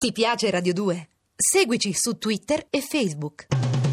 Ti piace Radio 2? Seguici su Twitter e Facebook.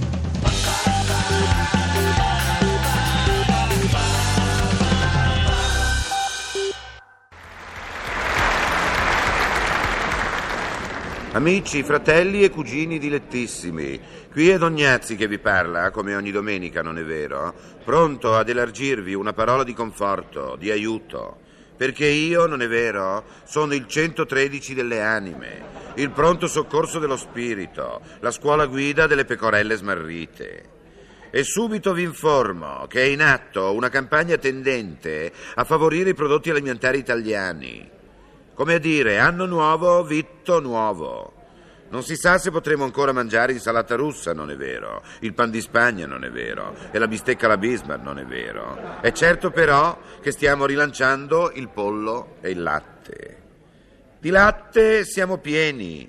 Amici, fratelli e cugini dilettissimi, qui è Don Gnazzi che vi parla, come ogni domenica, non è vero? Pronto ad elargirvi una parola di conforto, di aiuto. Perché io, non è vero, sono il 113 delle anime, il pronto soccorso dello spirito, la scuola guida delle pecorelle smarrite. E subito vi informo che è in atto una campagna tendente a favorire i prodotti alimentari italiani. Come a dire, anno nuovo, vitto nuovo. Non si sa se potremo ancora mangiare insalata russa, non è vero. Il pan di Spagna, non è vero. E la bistecca alla Bismarck, non è vero. È certo però che stiamo rilanciando il pollo e il latte. Di latte siamo pieni.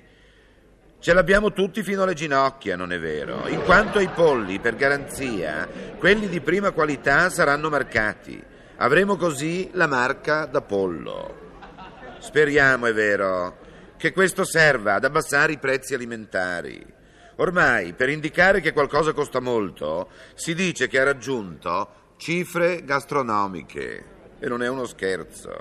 Ce l'abbiamo tutti fino alle ginocchia, non è vero? In quanto ai polli, per garanzia, quelli di prima qualità saranno marcati. Avremo così la marca da pollo. Speriamo, è vero, che questo serva ad abbassare i prezzi alimentari. Ormai, per indicare che qualcosa costa molto, si dice che ha raggiunto cifre gastronomiche. E non è uno scherzo.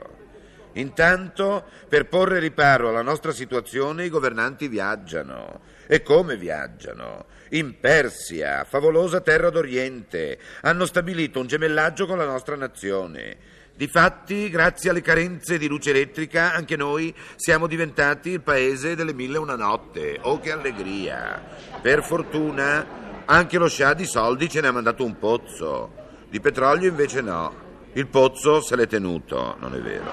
Intanto, per porre riparo alla nostra situazione, i governanti viaggiano. E come viaggiano? In Persia, favolosa terra d'Oriente, hanno stabilito un gemellaggio con la nostra nazione. Difatti, grazie alle carenze di luce elettrica, anche noi siamo diventati il paese delle 1001 notte. Oh, che allegria! Per fortuna, anche lo scià di soldi ce ne ha mandato un pozzo. Di petrolio invece no. Il pozzo se l'è tenuto, non è vero.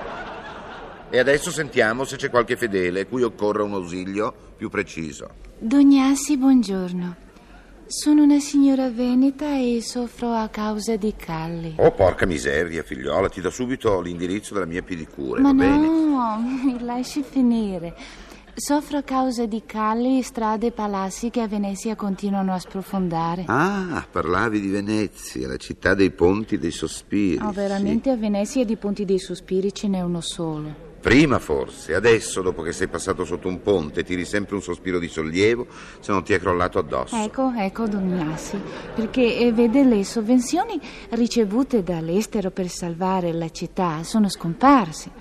E adesso sentiamo se c'è qualche fedele cui occorra un ausilio più preciso. Don Gnazzi, buongiorno. Sono una signora veneta e soffro a causa di calli. Oh, porca miseria, figliola, ti do subito l'indirizzo della mia pedicure, Ma va bene? no, mi lasci finire. Soffro a causa di calli, strade e palazzi che a Venezia continuano a sprofondare. Ah, parlavi di Venezia, la città dei ponti dei sospiri. Oh, veramente sì. a Venezia di ponti dei sospiri ce n'è uno solo. Prima forse, adesso dopo che sei passato sotto un ponte tiri sempre un sospiro di sollievo se non ti è crollato addosso. Ecco, Don Gnazzi, perché vede, le sovvenzioni ricevute dall'estero per salvare la città sono scomparse.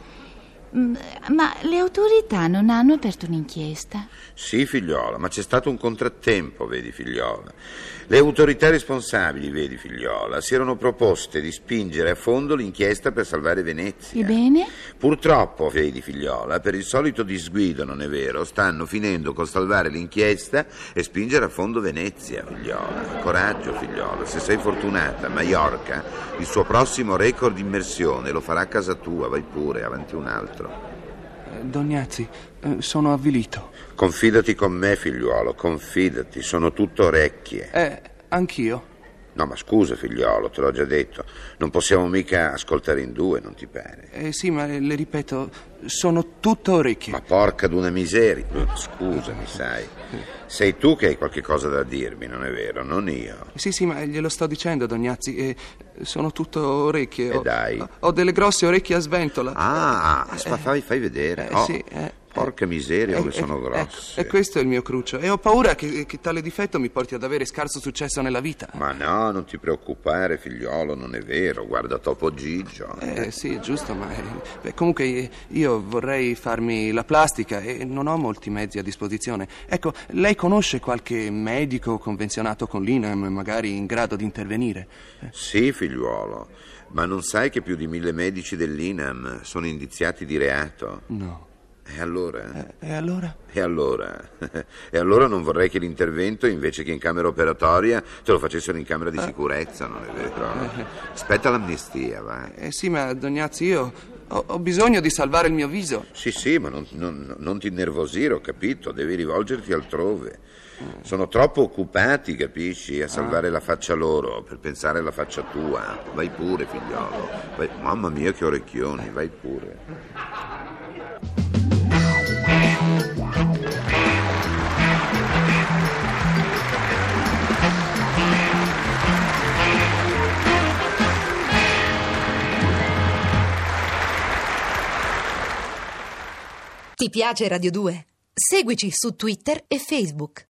Ma le autorità non hanno aperto un'inchiesta? Sì, figliola, ma c'è stato un contrattempo, vedi, figliola. Le autorità responsabili, vedi, figliola, si erano proposte di spingere a fondo l'inchiesta per salvare Venezia. Ebbene? Purtroppo, vedi, figliola, per il solito disguido, non è vero, stanno finendo col salvare l'inchiesta e spingere a fondo Venezia, figliola. Coraggio, figliola, se sei fortunata, Maiorca, il suo prossimo record di immersione lo farà a casa tua, vai pure, avanti un altro. Don Gnazzi, sono avvilito. Confidati con me, figliuolo, confidati, sono tutto orecchie. Anch'io. No, ma scusa, figliolo, te l'ho già detto, non possiamo mica ascoltare in due, non ti pare? Sì, ma le ripeto, sono tutto orecchie. Ma porca d'una miseria, scusami, sai, sei tu che hai qualche cosa da dirmi, non è vero, non io. Sì, ma glielo sto dicendo, Don Gnazzi, sono tutto orecchie. E dai. Ho delle grosse orecchie a sventola. Fai vedere. Sì. Porca miseria, come sono grosse. E questo è il mio cruccio. E ho paura che tale difetto mi porti ad avere scarso successo nella vita. Ma no, non ti preoccupare, figliolo, non è vero. Guarda Topo Gigio. Sì, è giusto, ma comunque io vorrei farmi la plastica e non ho molti mezzi a disposizione. Ecco, lei conosce qualche medico convenzionato con l'INAM, magari in grado di intervenire? Sì, figliuolo, ma non sai che più di 1000 medici dell'INAM sono indiziati di reato? No. E allora? E allora? E allora non vorrei che l'intervento, invece che in camera operatoria, te lo facessero in camera di sicurezza, non è vero? Aspetta l'amnistia, vai. Sì, ma Don Gnazzi, io ho bisogno di salvare il mio viso. Sì, ma non ti innervosire, ho capito, devi rivolgerti altrove. Sono troppo occupati, capisci, a salvare la faccia loro per pensare alla faccia tua. Vai pure, figliolo. Vai. Mamma mia, che orecchioni, vai pure. Ti piace Radio 2? Seguici su Twitter e Facebook.